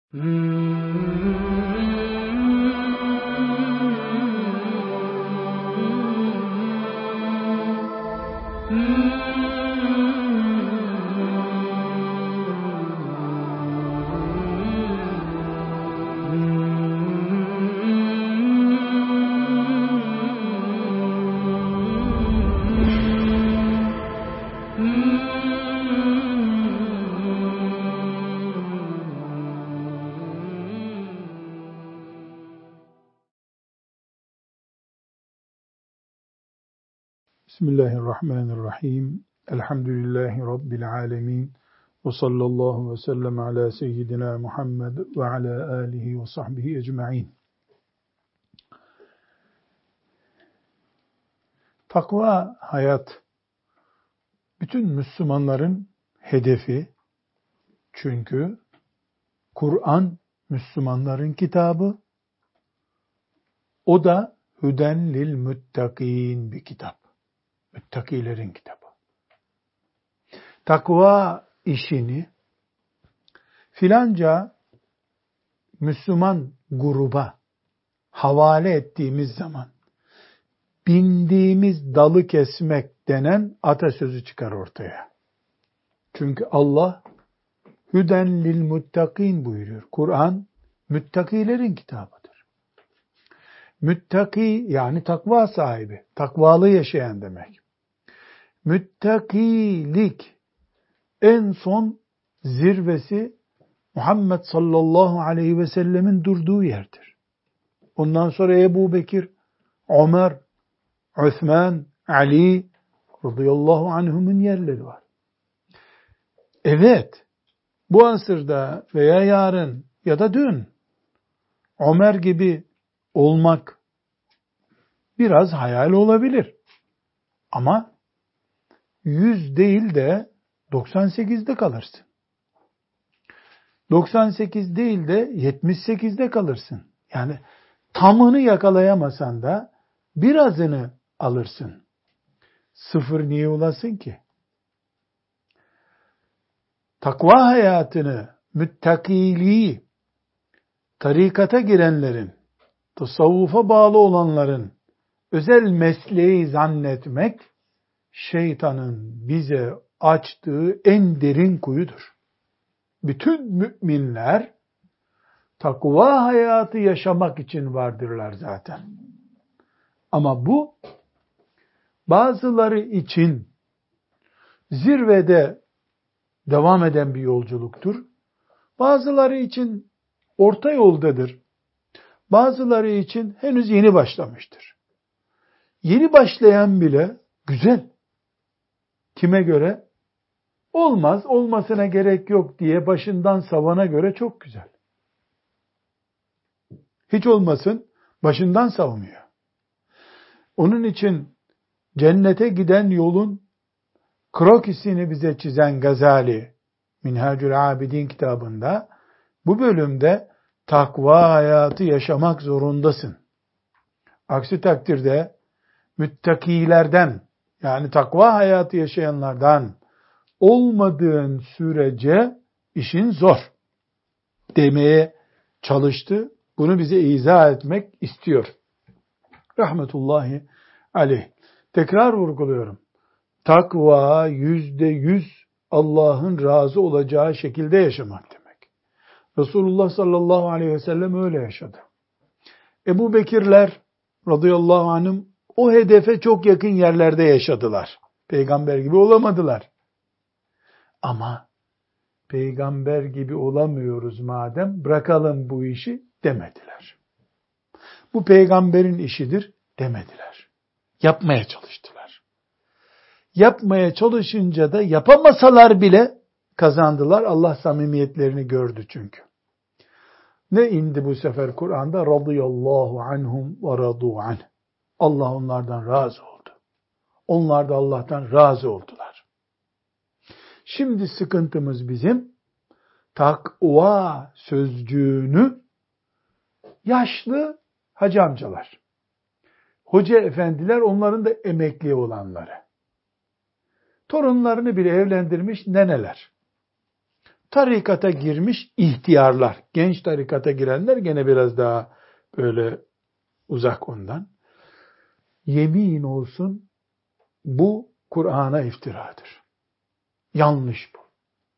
Bismillahirrahmanirrahim. Elhamdülillahi Rabbil alemin. Ve sallallahu ve sellem ala seyyidina Muhammed ve ala alihi ve sahbihi ecma'in. Takva hayat, bütün Müslümanların hedefi. Çünkü Kur'an Müslümanların kitabı. O da hüden lil müttakîn bir kitap. Müttakilerin kitabı. Takva işini filanca Müslüman gruba havale ettiğimiz zaman bindiğimiz dalı kesmek denen atasözü çıkar ortaya. Çünkü Allah hüden lil muttakin buyuruyor. Kur'an müttakilerin kitabıdır. Müttaki yani takva sahibi, takvalı yaşayan demek. Müttakilik en son zirvesi Muhammed sallallahu aleyhi ve sellemin durduğu yerdir. Ondan sonra Ebu Bekir, Ömer, Osman, Ali radıyallahu anhumun yerleri var. Evet, bu asırda veya yarın ya da dün Ömer gibi olmak biraz hayal olabilir. Ama 100 değil de 98'de kalırsın. 98 değil de 78'de kalırsın. Yani tamını yakalayamasan da birazını alırsın. Sıfır niye olasın ki? Takva hayatını, müttakiliği, tarikata girenlerin, tasavvufa bağlı olanların özel mesleği zannetmek, şeytanın bize açtığı en derin kuyudur. Bütün müminler takva hayatı yaşamak için vardırlar zaten. Ama bu bazıları için zirvede devam eden bir yolculuktur. Bazıları için orta yoldadır. Bazıları için henüz yeni başlamıştır. Yeni başlayan bile güzel. Kime göre? Olmaz, olmasına gerek yok diye başından savana göre çok güzel. Hiç olmasın, başından savunuyor. Onun için cennete giden yolun krokisini bize çizen Gazali, Minhacül Abidin kitabında, bu bölümde takva hayatı yaşamak zorundasın. Aksi takdirde müttakilerden, yani takva hayatı yaşayanlardan olmadığın sürece işin zor demeye çalıştı. Bunu bize izah etmek istiyor. Rahmetullahi aleyh. Tekrar vurguluyorum. Takva %100 Allah'ın razı olacağı şekilde yaşamak demek. Resulullah sallallahu aleyhi ve sellem öyle yaşadı. Ebu Bekirler radıyallahu anhüm o hedefe çok yakın yerlerde yaşadılar. Peygamber gibi olamadılar. Ama peygamber gibi olamıyoruz madem, bırakalım bu işi demediler. Bu peygamberin işidir demediler. Yapmaya çalıştılar. Yapmaya çalışınca da yapamasalar bile kazandılar. Allah samimiyetlerini gördü çünkü. Ne indi bu sefer Kur'an'da? Radıyallahu anhum ve radu anh. Allah onlardan razı oldu. Onlar da Allah'tan razı oldular. Şimdi sıkıntımız bizim takva sözcüğünü yaşlı hacı amcalar, hoca efendiler, onların da emekli olanları, torunlarını bile evlendirmiş neneler, tarikata girmiş ihtiyarlar, genç tarikata girenler gene biraz daha böyle uzak ondan. Yemin olsun bu Kur'an'a iftiradır. Yanlış bu.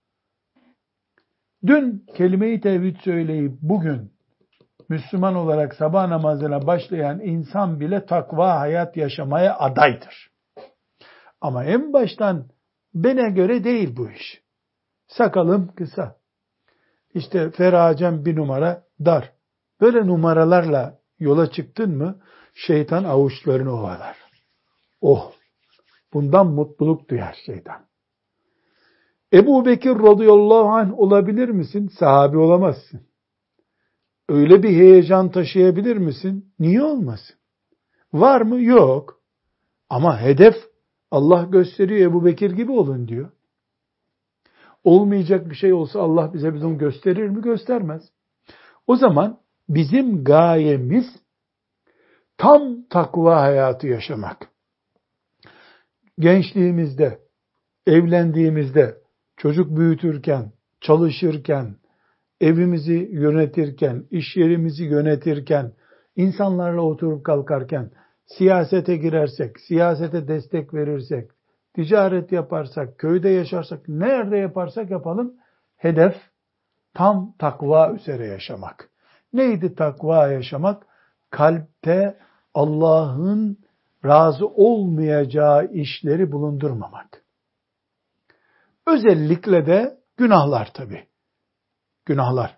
Dün kelime-i tevhid söyleyip bugün Müslüman olarak sabah namazına başlayan insan bile takva hayat yaşamaya adaydır. Ama en baştan bana göre değil bu iş. Sakalım kısa. İşte feracem bir numara dar. Böyle numaralarla yola çıktın mı şeytan avuçlarını ovalar. Oh! Bundan mutluluk duyar şeytan. Ebu Bekir radıyallahu anh olabilir misin? Sahabi olamazsın. Öyle bir heyecan taşıyabilir misin? Niye olmasın? Var mı? Yok. Ama hedef Allah gösteriyor, Ebu Bekir gibi olun diyor. Olmayacak bir şey olsa Allah bize bunu gösterir mi? Göstermez. O zaman bizim gayemiz tam takva hayatı yaşamak. Gençliğimizde, evlendiğimizde, çocuk büyütürken, çalışırken, evimizi yönetirken, iş yerimizi yönetirken, insanlarla oturup kalkarken, siyasete girersek, siyasete destek verirsek, ticaret yaparsak, köyde yaşarsak, nerede yaparsak yapalım, hedef tam takva üzere yaşamak. Neydi takva yaşamak? Kalpte Allah'ın razı olmayacağı işleri bulundurmamak. Özellikle de günahlar tabii. Günahlar.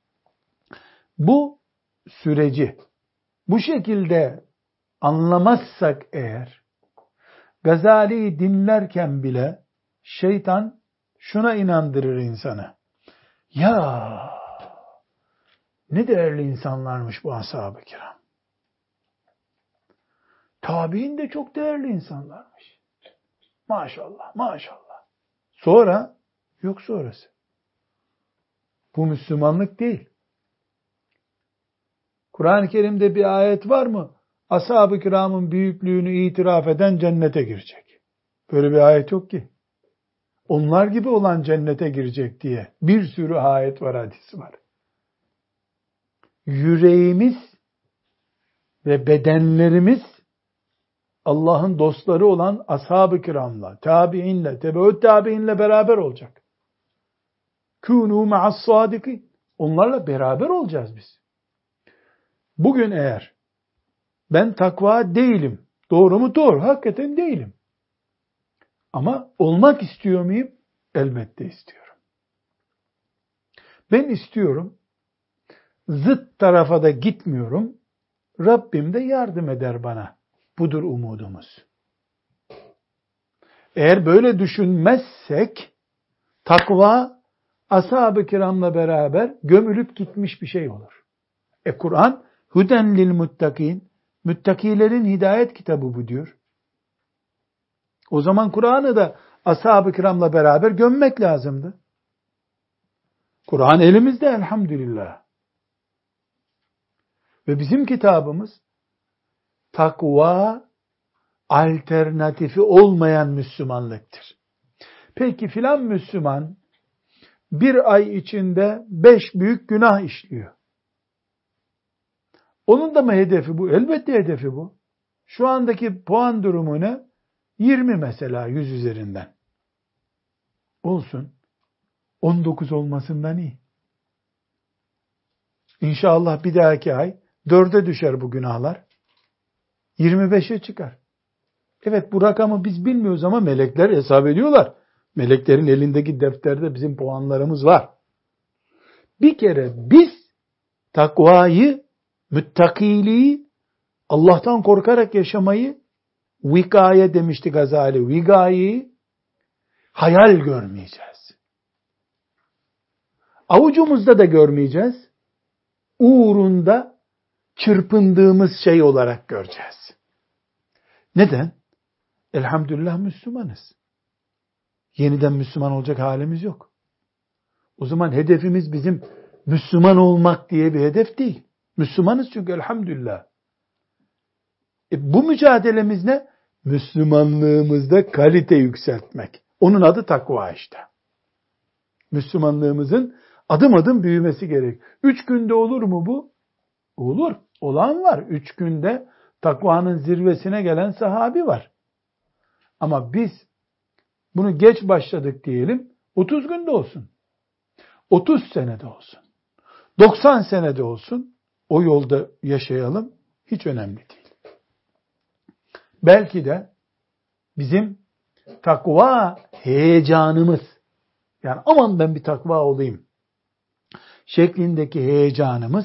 Bu süreci bu şekilde anlamazsak eğer, Gazali'yi dinlerken bile şeytan şuna inandırır insanı. Ya ne değerli insanlarmış bu ashab-ı kiram. Tabi'in de çok değerli insanlarmış. Maşallah, maşallah. Sonra, yok sonrası. Bu Müslümanlık değil. Kur'an-ı Kerim'de bir ayet var mı? Ashab-ı kiramın büyüklüğünü itiraf eden cennete girecek. Böyle bir ayet yok ki. Onlar gibi olan cennete girecek diye bir sürü ayet var, hadis var. Yüreğimiz ve bedenlerimiz Allah'ın dostları olan ashab-ı kiramla, tabi'inle, tebeut tabi'inle beraber olacak. Kûnû ma'as-sâdikîn. Onlarla beraber olacağız biz. Bugün eğer ben takva değilim, doğru mu? Doğru, hakikaten değilim. Ama olmak istiyor muyum? Elbette istiyorum. Ben istiyorum, zıt tarafa da gitmiyorum, Rabbim de yardım eder bana. Budur umudumuz. Eğer böyle düşünmezsek, takva, ashab-ı kiramla beraber gömülüp gitmiş bir şey olur. Kur'an, huden lil muttakin, müttakilerin hidayet kitabı bu diyor. O zaman Kur'an'ı da ashab-ı kiramla beraber gömmek lazımdı. Kur'an elimizde elhamdülillah. Ve bizim kitabımız, takva alternatifi olmayan Müslümanlıktır. Peki filan Müslüman bir ay içinde 5 büyük günah işliyor. Onun da mı hedefi bu? Elbette hedefi bu. Şu andaki puan durumu ne? 20 mesela 100 üzerinden. Olsun. 19 olmasından iyi. İnşallah bir dahaki ay 4'e düşer bu günahlar. 25'e çıkar. Evet, bu rakamı biz bilmiyoruz ama melekler hesap ediyorlar. Meleklerin elindeki defterde bizim puanlarımız var. Bir kere biz takvayı, müttakiliği, Allah'tan korkarak yaşamayı, vikaye demişti Gazali, vikayeyi hayal görmeyeceğiz. Avucumuzda da görmeyeceğiz. Uğrunda çırpındığımız şey olarak göreceğiz. Neden? Elhamdülillah Müslümanız. Yeniden Müslüman olacak halimiz yok. O zaman hedefimiz bizim Müslüman olmak diye bir hedef değil. Müslümanız çünkü elhamdülillah. Bu mücadelemiz ne? Müslümanlığımızda kalite yükseltmek. Onun adı takva işte. Müslümanlığımızın adım adım büyümesi gerek. 3 günde olur mu bu? Olur. Olan var. 3 günde takvanın zirvesine gelen sahabi var. Ama biz bunu geç başladık diyelim. 30 günde olsun. 30 senede olsun. 90 senede olsun. O yolda yaşayalım. Hiç önemli değil. Belki de bizim takva heyecanımız, yani aman ben bir takva olayım şeklindeki heyecanımız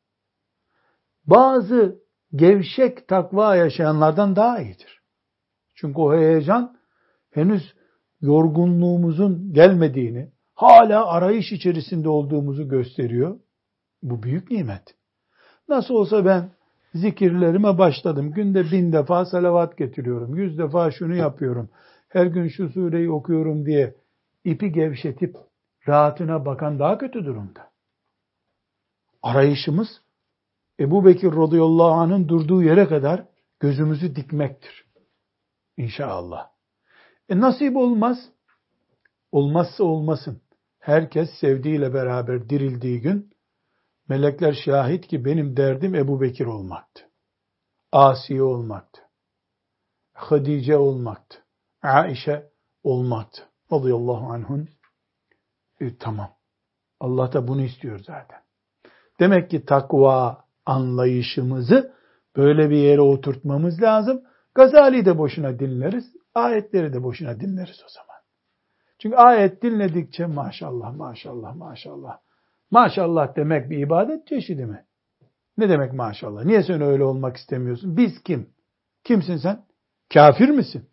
bazı gevşek takva yaşayanlardan daha iyidir. Çünkü o heyecan henüz yorgunluğumuzun gelmediğini, hala arayış içerisinde olduğumuzu gösteriyor. Bu büyük nimet. Nasıl olsa ben zikirlerime başladım. Günde 1000 defa salavat getiriyorum. 100 defa şunu yapıyorum. Her gün şu sureyi okuyorum diye ipi gevşetip rahatına bakan daha kötü durumda. Arayışımız Ebu Bekir radıyallahu anh'ın durduğu yere kadar gözümüzü dikmektir. İnşallah. Nasip olmaz. Olmazsa olmasın. Herkes sevdiğiyle beraber dirildiği gün melekler şahit ki benim derdim Ebu Bekir olmaktı. Asiye olmaktı. Hadice olmaktı. Aişe olmaktı. Radıyallahu anhun. Tamam. Allah da bunu istiyor zaten. Demek ki takva anlayışımızı böyle bir yere oturtmamız lazım. Gazali de boşuna dinleriz. Ayetleri de boşuna dinleriz o zaman. Çünkü ayet dinledikçe maşallah, maşallah, maşallah. Maşallah demek bir ibadet çeşidi mi? Ne demek maşallah? Niye sen öyle olmak istemiyorsun? Biz kim? Kimsin sen? Kafir misin?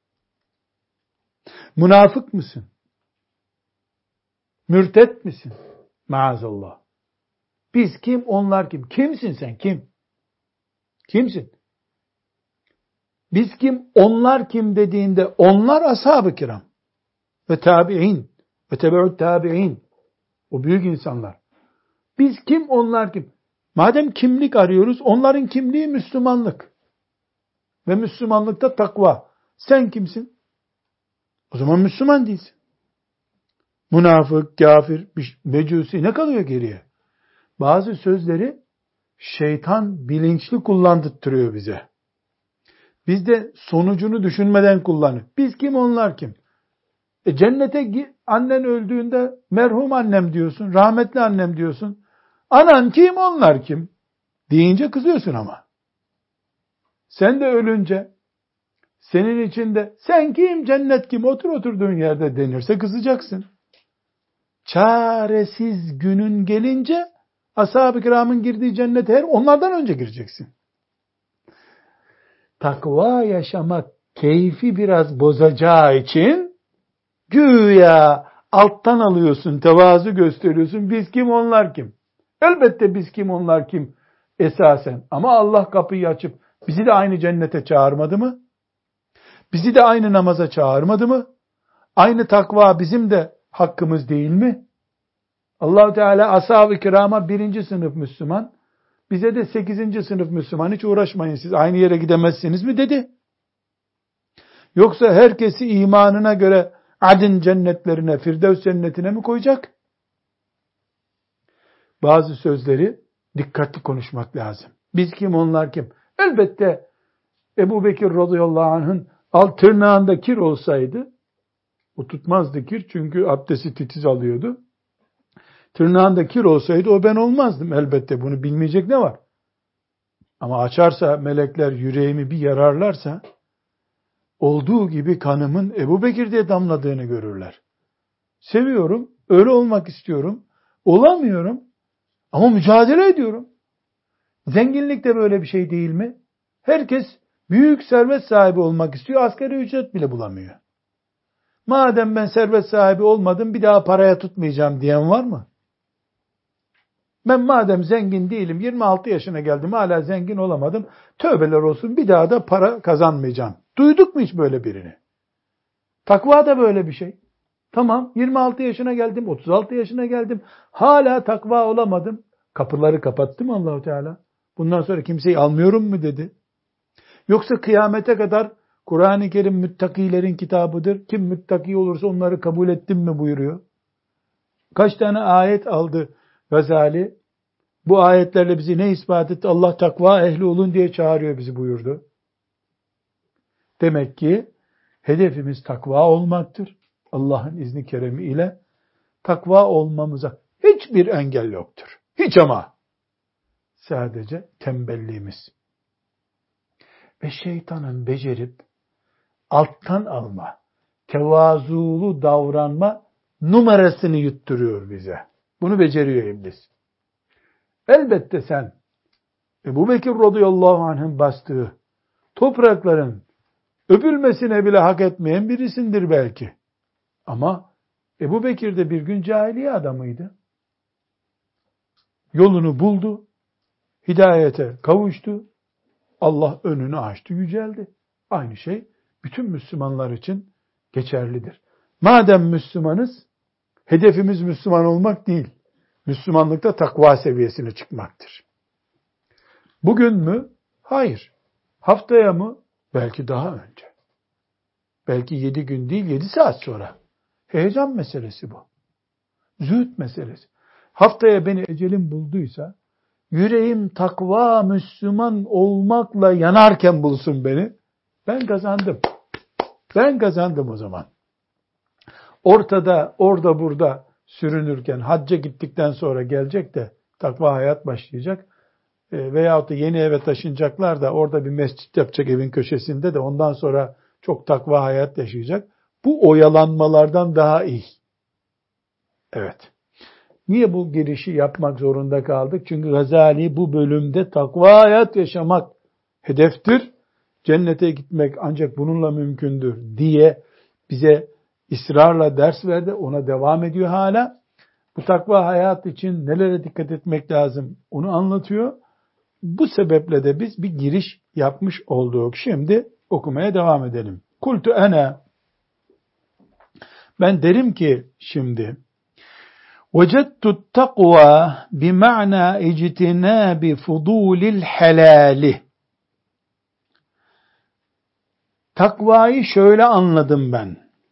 Münafık mısın? Mürtet misin? Maazallah. Biz kim? Onlar kim? Kimsin sen? Kim? Kimsin? Biz kim? Onlar kim dediğinde onlar ashab-ı kiram ve tabi'in ve tebe'ut tabi'in. O büyük insanlar. Biz kim? Onlar kim? Madem kimlik arıyoruz, onların kimliği Müslümanlık. Ve Müslümanlıkta takva. Sen kimsin? O zaman Müslüman değilsin. Münafık, kafir, mecusi ne kalıyor geriye? Bazı sözleri şeytan bilinçli kullandırtıyor bize. Biz de sonucunu düşünmeden kullanıyoruz. Biz kim, onlar kim? Cennete annen öldüğünde merhum annem diyorsun, rahmetli annem diyorsun. Anan kim, onlar kim? Deyince kızıyorsun ama. Sen de ölünce senin içinde sen kim, cennet kim, otur oturduğun yerde denirse kızacaksın. Çaresiz günün gelince ashab-ı kiramın girdiği cennete onlardan önce gireceksin. Takva yaşamak keyfi biraz bozacağı için güya alttan alıyorsun, tevazu gösteriyorsun. Biz kim, onlar kim? Elbette biz kim, onlar kim esasen. Ama Allah kapıyı açıp bizi de aynı cennete çağırmadı mı? Bizi de aynı namaza çağırmadı mı? Aynı takva bizim de hakkımız değil mi? Allah-u Teala ashab-ı kirama 1. sınıf Müslüman, bize de 8. sınıf Müslüman, hiç uğraşmayın siz aynı yere gidemezsiniz mi dedi. Yoksa herkesi imanına göre adın cennetlerine, Firdevs cennetine mi koyacak? Bazı sözleri dikkatli konuşmak lazım. Biz kim, onlar kim? Elbette Ebu Bekir radıyallahu anh'ın tırnağında kir olsaydı, o tutmazdı kir çünkü abdesti titiz alıyordu. Tırnağında kir olsaydı o ben olmazdım. Elbette bunu bilmeyecek ne var? Ama açarsa melekler yüreğimi bir yararlarsa olduğu gibi kanımın Ebu Bekir diye damladığını görürler. Seviyorum, öyle olmak istiyorum, olamıyorum ama mücadele ediyorum. Zenginlik de böyle bir şey değil mi? Herkes büyük servet sahibi olmak istiyor, asgari ücret bile bulamıyor. Madem ben servet sahibi olmadım, bir daha paraya tutmayacağım diyen var mı? Ben madem zengin değilim, 26 yaşına geldim, hala zengin olamadım, tövbeler olsun, bir daha da para kazanmayacağım. Duyduk mu hiç böyle birini? Takva da böyle bir şey. Tamam, 26 yaşına geldim, 36 yaşına geldim, hala takva olamadım. Kapıları kapattı mı Allah-u Teala? Bundan sonra kimseyi almıyorum mu dedi? Yoksa kıyamete kadar Kur'an-ı Kerim müttakilerin kitabıdır. Kim müttaki olursa onları kabul ettim mi buyuruyor. Kaç tane ayet aldı Gazali? Bu ayetlerle bizi ne ispat etti? Allah takva ehli olun diye çağırıyor bizi buyurdu. Demek ki hedefimiz takva olmaktır. Allah'ın izni keremi ile takva olmamıza hiçbir engel yoktur. Hiç ama. Sadece tembelliğimiz. Ve şeytanın becerip alttan alma, tevazulu davranma numarasını yutturuyor bize. Bunu beceriyor iblis. Elbette sen Ebu Bekir radıyallahu anh'ın bastığı toprakların öpülmesine bile hak etmeyen birisindir belki. Ama Ebu Bekir de bir gün cahiliye adamıydı. Yolunu buldu, hidayete kavuştu, Allah önünü açtı, yüceldi. Aynı şey bütün Müslümanlar için geçerlidir. Madem Müslümanız, hedefimiz Müslüman olmak değil, Müslümanlıkta takva seviyesine çıkmaktır. Bugün mü? Hayır. Haftaya mı? Belki daha önce. Belki 7 gün değil, 7 saat sonra. Heyecan meselesi bu. Zühd meselesi. Haftaya beni ecelim bulduysa, yüreğim takva Müslüman olmakla yanarken bulsun beni, ben kazandım. Ben kazandım o zaman. Ortada, orada burada sürünürken, hacca gittikten sonra gelecek de takva hayat başlayacak. Veyahut da yeni eve taşınacaklar da orada bir mescit yapacak evin köşesinde de ondan sonra çok takva hayat yaşayacak. Bu oyalanmalardan daha iyi. Evet. Niye bu girişi yapmak zorunda kaldık? Çünkü Gazali bu bölümde takva hayat yaşamak hedeftir. Cennete gitmek ancak bununla mümkündür diye bize ısrarla ders verdi. Ona devam ediyor hala. Bu takva hayat için nelere dikkat etmek lazım onu anlatıyor. Bu sebeple de biz bir giriş yapmış olduk. Şimdi okumaya devam edelim. Kultu ana, ben derim ki şimdi vecedtu takva bima'na ictinabi fudulil helali. Takvayı şöyle anladım ben.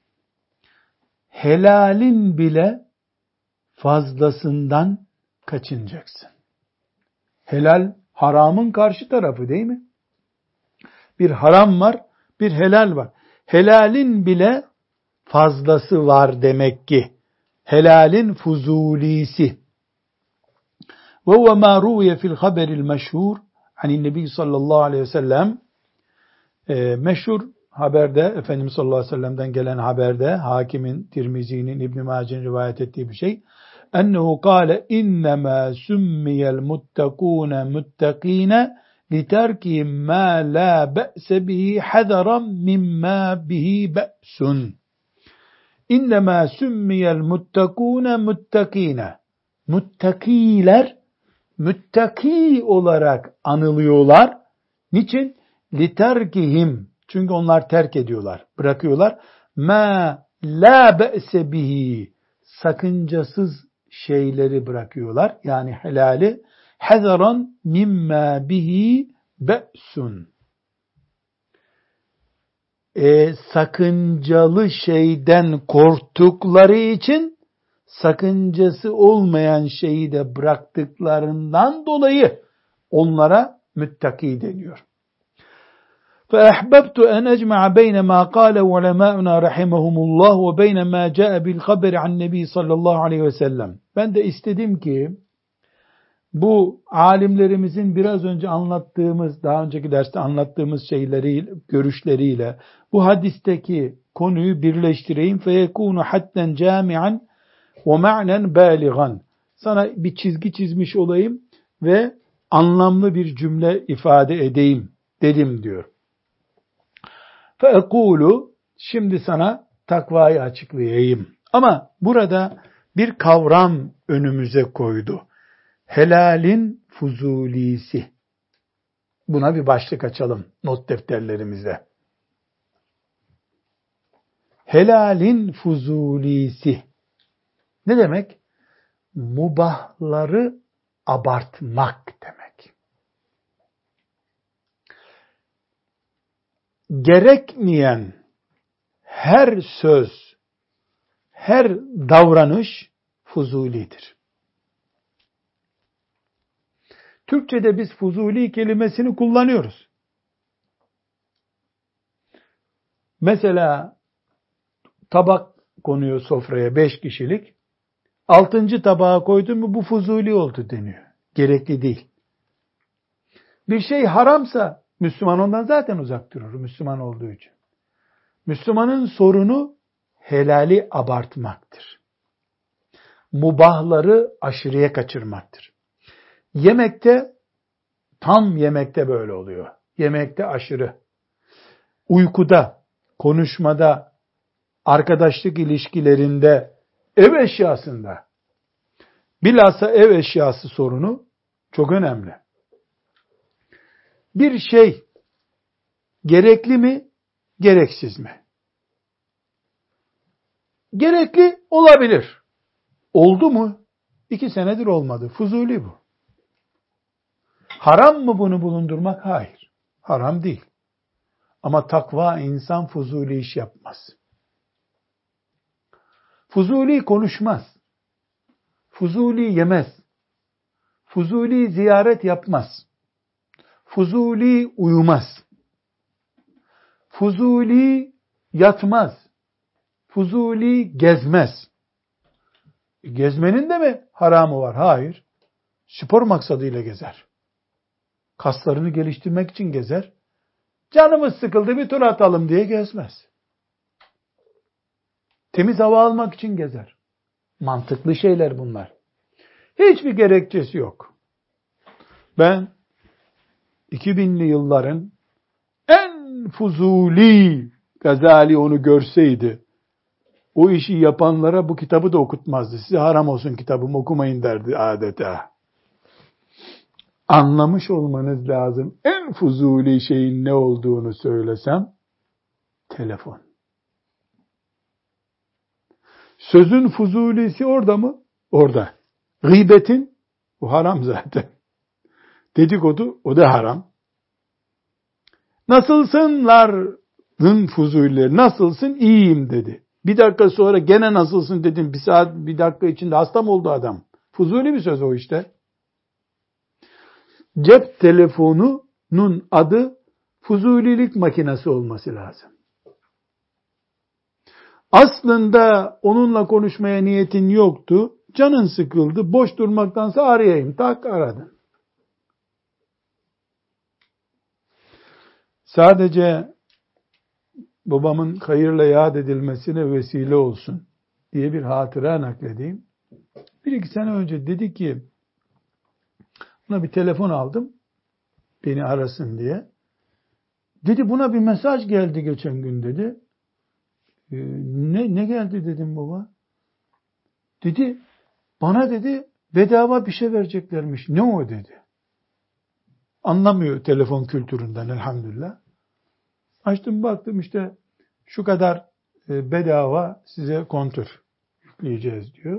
Helalin bile fazlasından kaçınacaksın. Helal haramın karşı tarafı değil mi? Bir haram var, bir helal var. Helalin bile fazlası var demek ki. Helalin fuzulisi. Ve huve ma ruviye fil haberil meşhur anin nebi sallallahu aleyhi ve sellem, meşhur haberde, Efendimiz sallallahu aleyhi ve sellem'den gelen haberde, Hakim'in, Tirmizi'nin, İbn-i Mace'nin rivayet ettiği bir şey. Ennehu kâle innemâ sümmiyel muttakûne muttakîne literkihim mâ lâ be'se bihi hadaran mimmâ bihi be'sun. İnnemâ sümmiyel muttakûne muttakîne. Muttakiler, müttaki olarak anılıyorlar. Niçin? Literkihim. Çünkü onlar terk ediyorlar, bırakıyorlar. Ma la be'se bihi. Sakıncasız şeyleri bırakıyorlar. Yani helali. Hazaran mimma bihi be'sun. Sakıncalı şeyden korktukları için sakıncası olmayan şeyi de bıraktıklarından dolayı onlara müttaki deniyor. فأحببت أن أجمع بين ما قاله علماؤنا رحمهم الله وبين ما جاء بالخبر عن النبي صلى الله عليه وسلم. Ben de istedim ki bu alimlerimizin biraz önce anlattığımız, daha önceki derste anlattığımız şeyleri, görüşleriyle bu hadisteki konuyu birleştireyim. فَيَكُونُ حَتَّنْ جَامِعًا وَمَعْنًا بَالِغًا. Sana bir çizgi çizmiş olayım ve anlamlı bir cümle ifade edeyim dedim diyor. فَاَقُولُ, şimdi sana takvayı açıklayayım. Ama burada bir kavram önümüze koydu. Helalin fuzulisi. Buna bir başlık açalım not defterlerimize. Helalin fuzulisi. Ne demek? Mubahları abartmak demek. Gerekmeyen her söz, her davranış fuzulidir. Türkçe'de biz fuzuli kelimesini kullanıyoruz. Mesela tabak konuyor sofraya 5 kişilik. 6. tabağa koydun mu bu fuzuli oldu deniyor. Gerekli değil. Bir şey haramsa Müslüman ondan zaten uzak durur Müslüman olduğu için. Müslümanın sorunu helali abartmaktır. Mubahları aşırıya kaçırmaktır. Tam yemekte böyle oluyor. Yemekte aşırı. Uykuda, konuşmada, arkadaşlık ilişkilerinde, ev eşyasında, bilhassa ev eşyası sorunu çok önemli. Bir şey gerekli mi, gereksiz mi? Gerekli olabilir. Oldu mu? 2 senedir olmadı. Fuzuli bu. Haram mı bunu bulundurmak? Hayır. Haram değil. Ama takva insan fuzuli iş yapmaz. Fuzuli konuşmaz. Fuzuli yemez. Fuzuli ziyaret yapmaz. Fuzuli uyumaz. Fuzuli yatmaz. Fuzuli gezmez. Gezmenin de mi haramı var? Hayır. Spor maksadıyla gezer. Kaslarını geliştirmek için gezer. Canımız sıkıldı bir tur atalım diye gezmez. Temiz hava almak için gezer. Mantıklı şeyler bunlar. Hiçbir gerekçesi yok. Ben 2000'li yılların en fuzuli Gazali onu görseydi, o işi yapanlara bu kitabı da okutmazdı. Size haram olsun kitabımı okumayın derdi adeta. Anlamış olmanız lazım. En fuzuli şeyin ne olduğunu söylesem, telefon. Sözün fuzulisi orada mı? Orada. Gıybetin, bu haram zaten. Dedikodu, o da haram. Nasılsınların fuzulileri, nasılsın? İyiyim dedi. Bir dakika sonra gene nasılsın dedim. Bir saat, bir dakika içinde hasta mı oldu adam? Fuzuli bir söz o işte. Cep telefonunun adı fuzulilik makinesi olması lazım. Aslında onunla konuşmaya niyetin yoktu. Canın sıkıldı. Boş durmaktansa arayayım. Tak aradın. Sadece babamın hayırla yad edilmesine vesile olsun diye bir hatıra nakledeyim. 1-2 sene önce dedi ki buna bir telefon aldım. Beni arasın diye. Dedi buna bir mesaj geldi geçen gün dedi. Ne geldi dedim baba. Dedi bana dedi bedava bir şey vereceklermiş. Ne o dedi. Anlamıyor telefon kültüründen elhamdülillah. Açtım baktım işte şu kadar bedava size kontür yükleyeceğiz diyor.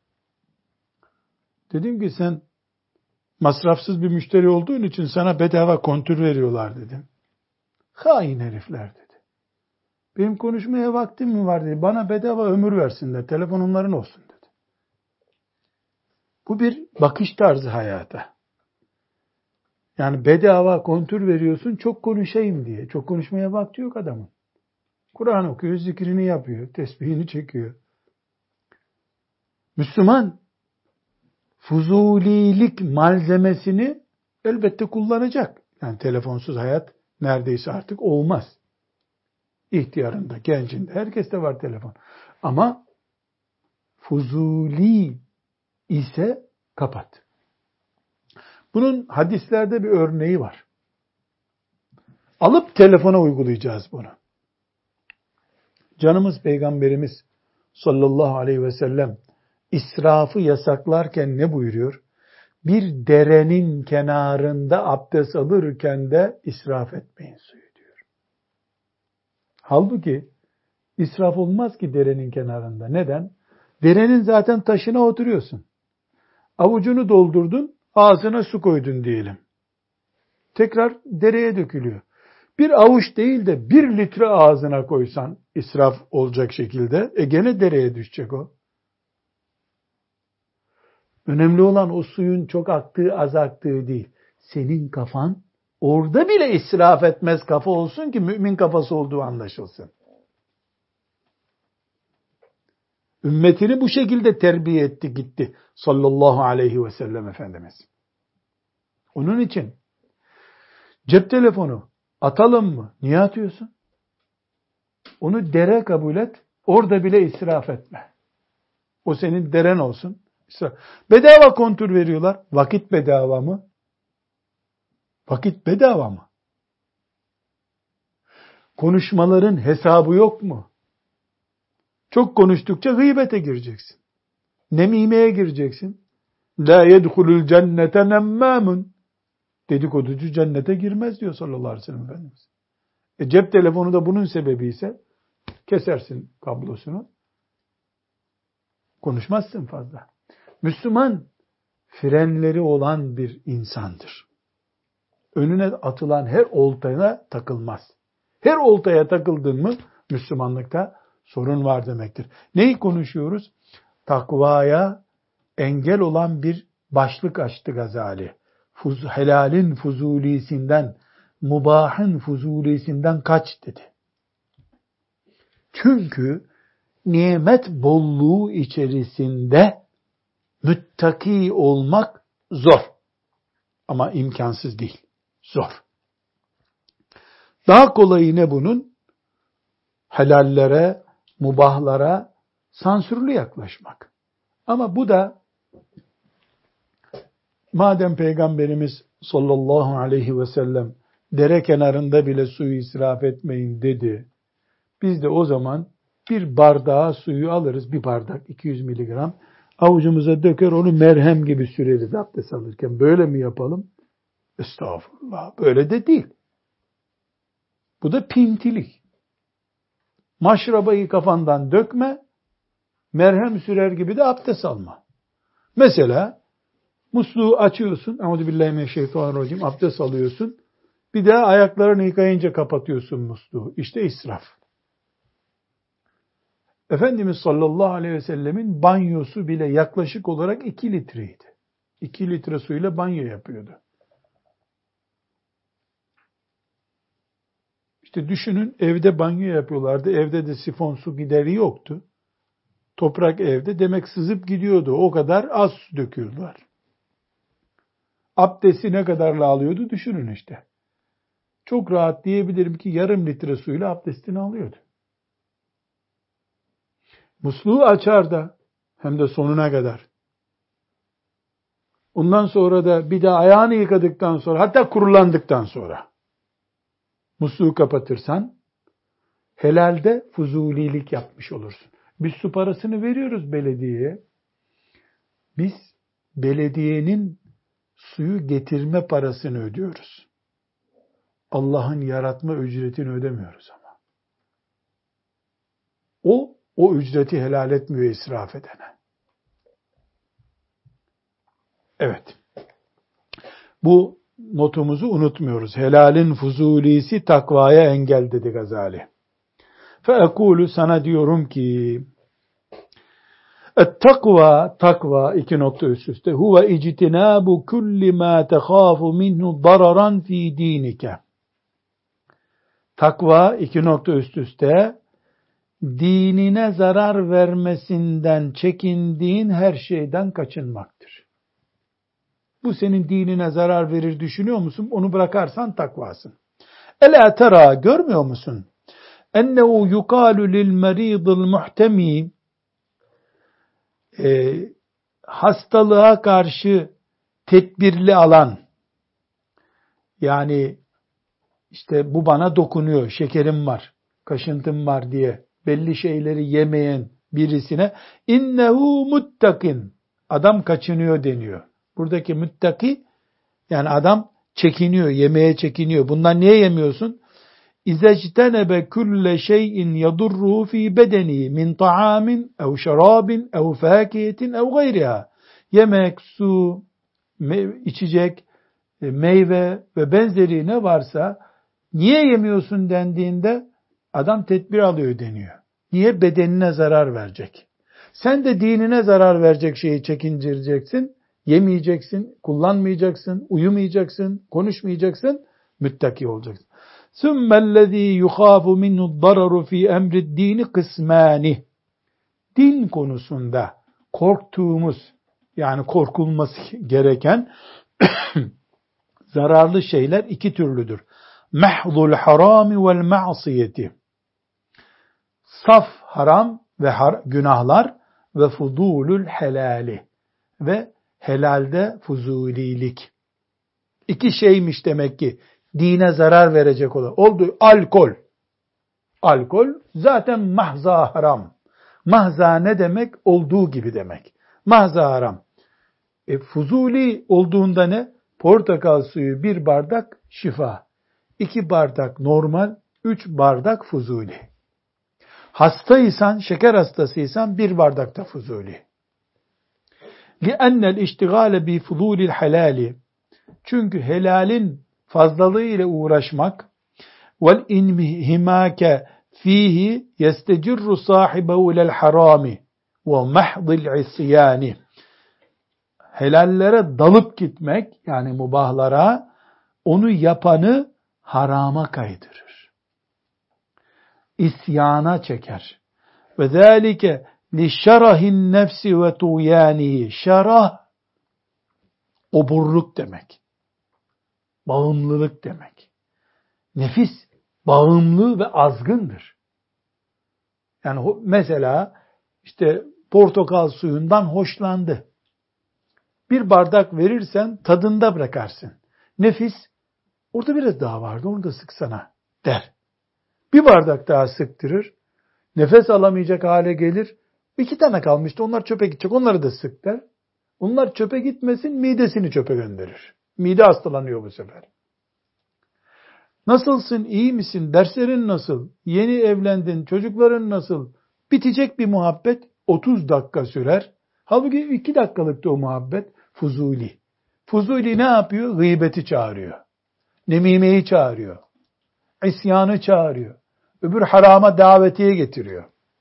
Dedim ki sen masrafsız bir müşteri olduğun için sana bedava kontür veriyorlar dedim. Hain herifler dedi. Benim konuşmaya vaktim mi var dedi. Bana bedava ömür versinler. Telefon onların olsun dedi. Bu bir bakış tarzı hayata. Yani bedava kontür veriyorsun çok konuşayım diye. Çok konuşmaya vakti yok adamın. Kur'an okuyor, zikrini yapıyor, tesbihini çekiyor. Müslüman fuzulilik malzemesini elbette kullanacak. Yani telefonsuz hayat neredeyse artık olmaz. İhtiyarında, gencinde, herkeste var telefon. Ama fuzuli ise kapat. Bunun hadislerde bir örneği var. Alıp telefona uygulayacağız bunu. Canımız Peygamberimiz sallallahu aleyhi ve sellem israfı yasaklarken ne buyuruyor? Bir derenin kenarında abdest alırken de israf etmeyin suyu diyor. Halbuki israf olmaz ki derenin kenarında. Neden? Derenin zaten taşına oturuyorsun. Avucunu doldurdun, ağzına su koydun diyelim. Tekrar dereye dökülüyor. Bir avuç değil de 1 litre ağzına koysan israf olacak şekilde gene dereye düşecek o. Önemli olan o suyun çok aktığı, az aktığı değil. Senin kafan orada bile israf etmez kafa olsun ki mümin kafası olduğu anlaşılsın. Ümmetini bu şekilde terbiye etti gitti sallallahu aleyhi ve sellem Efendimiz. Onun için cep telefonu atalım mı? Niye atıyorsun? Onu dere kabul et. Orada bile israf etme. O senin deren olsun. Bedava kontür veriyorlar. Vakit bedava mı? Vakit bedava mı? Konuşmaların hesabı yok mu? Çok konuştukça gıybete gireceksin. Nemimeye gireceksin. La yedhulul cennete nemmâmun. Dedikoducu cennete girmez diyor sallallahu aleyhi ve sellem Efendimiz. Cep telefonu da bunun sebebi ise kesersin kablosunu. Konuşmazsın fazla. Müslüman frenleri olan bir insandır. Önüne atılan her oltaya takılmaz. Her oltaya takıldın mı Müslümanlıkta sorun var demektir. Neyi konuşuyoruz? Takvaya engel olan bir başlık açtı Gazali. Helalin fuzulisinden, mubahın fuzulisinden kaç dedi. Çünkü nimet bolluğu içerisinde müttaki olmak zor. Ama imkansız değil. Zor. Daha kolayı ne bunun? Helallere, mubahlara sansürlü yaklaşmak. Ama bu da madem Peygamberimiz sallallahu aleyhi ve sellem dere kenarında bile suyu israf etmeyin dedi. Biz de o zaman bir bardağa suyu alırız. Bir bardak 200 miligram. Avucumuza döker onu merhem gibi süreriz abdest alırken. Böyle mi yapalım? Estağfurullah. Böyle de değil. Bu da pintilik. Maşrabayı kafandan dökme. Merhem sürer gibi de abdest alma. Mesela musluğu açıyorsun. Euzubillahimineşşeytanirracim. Abdest alıyorsun. Bir daha ayaklarını yıkayınca kapatıyorsun musluğu. İşte israf. Efendimiz sallallahu aleyhi ve sellemin banyosu bile yaklaşık olarak 2 litreydi. 2 litre suyla banyo yapıyordu. İşte düşünün evde banyo yapıyorlardı. Evde de sifon su gideri yoktu. Toprak evde demek sızıp gidiyordu. O kadar az su döküyorlar. Abdesti ne kadarla alıyordu düşünün işte. Çok rahat diyebilirim ki yarım litre suyla abdestini alıyordu. Musluğu açar da hem de sonuna kadar. Ondan sonra da bir de ayağını yıkadıktan sonra hatta kurulandıktan sonra musluğu kapatırsan helalde fuzulilik yapmış olursun. Biz su parasını veriyoruz belediyeye. Biz belediyenin suyu getirme parasını ödüyoruz. Allah'ın yaratma ücretini ödemiyoruz ama. O ücreti helal etmiyor israf edene. Evet. Bu notumuzu unutmuyoruz. Helalin fuzulisi takvaya engel dedi Gazali. Feekulu sana diyorum ki takva 2 nokta üst üste huve ictinabu kulli ma tekhafu minhu dararan fi dinike. Takva 2 nokta üst üste dinine zarar vermesinden çekindiğin her şeyden kaçınmaktır. Bu senin dinine zarar verir düşünüyor musun? Onu bırakarsan takvasın. Ela tera görmüyor musun? Ennehu yukalu lil meridil muhtemi hastalığa karşı tedbirli alan yani işte bu bana dokunuyor, şekerim var, kaşıntım var diye belli şeyleri yemeyen birisine innehu muttakin adam kaçınıyor deniyor. Buradaki muttaki yani adam çekiniyor, yemeye çekiniyor. Bundan niye yemiyorsun? İzectenebe külle şeyin yadurruhu fi bedeni min ta'amin ev şarabin ev fakiyetin ev gayriha. Yemek, su, içecek, meyve ve benzeri ne varsa niye yemiyorsun dendiğinde adam tedbir alıyor deniyor. Niye? Bedenine zarar verecek. Sen de dinine zarar verecek şeyi çekindireceksin. Yemeyeceksin, kullanmayacaksın, uyumayacaksın, konuşmayacaksın, müttaki olacaksın. ثُمَّ الَّذ۪ي يُخَافُ مِنْهُ الضَّرَرُ ف۪ي اَمْرِ الد۪ينِ قِسْمَانِ Din konusunda korktuğumuz, yani korkulması gereken zararlı şeyler iki türlüdür. مَحْضُ الْحَرَامِ وَالْمَعْصِيَةِ Saf haram ve günahlar ve fudulul helali ve helalde fuzulilik. İki şeymiş demek ki dine zarar verecek olan. Oldu alkol. Alkol zaten mahza haram. Mahza ne demek? Olduğu gibi demek. Mahza haram. Fuzuli olduğunda ne? Portakal suyu 1 bardak şifa. 2 bardak normal, 3 bardak fuzuli. Hastaysan, şeker hastasıysan 1 bardak da fuzuli. لِأَنَّ الْاِشْتِغَالَ بِفُضُولِ الْحَلَالِ Çünkü helalin fazlalığı ile uğraşmak وَالْاِنْهِمَاكَ ف۪يهِ يَسْتَجِرُّ صَاحِبَهُ اِلَى الْحَرَامِ وَمَحْضِ الْعِصْيَانِ Helallere dalıp gitmek, yani mubahlara, onu yapanı harama kaydırır. İsyana çeker. وَذَٰلِكَ لِشَرَهِ النَّفْسِ وَتُغْيَانِهِ Şerah, oburluk demek. Bağımlılık demek. Nefis bağımlı ve azgındır. Yani mesela işte portakal suyundan hoşlandı. 1 bardak verirsen tadında bırakarsın. Nefis, orada biraz daha vardı, onu da sıksana der. 1 bardak daha sıktırır. Nefes alamayacak hale gelir. 2 tane kalmıştı, onlar çöpe gidecek, onları da sık der. Onlar çöpe gitmesin, midesini çöpe gönderir. Mide hastalanıyor bu sefer. Nasılsın, iyi misin, derslerin nasıl, yeni evlendin, çocukların nasıl? Bitecek bir muhabbet 30 dakika sürer. Halbuki 2 dakikalıktı o muhabbet. Fuzuli. Fuzuli ne yapıyor? Gıybeti çağırıyor. Nemimeyi çağırıyor. İsyanı çağırıyor. Öbür harama davetiye getiriyor.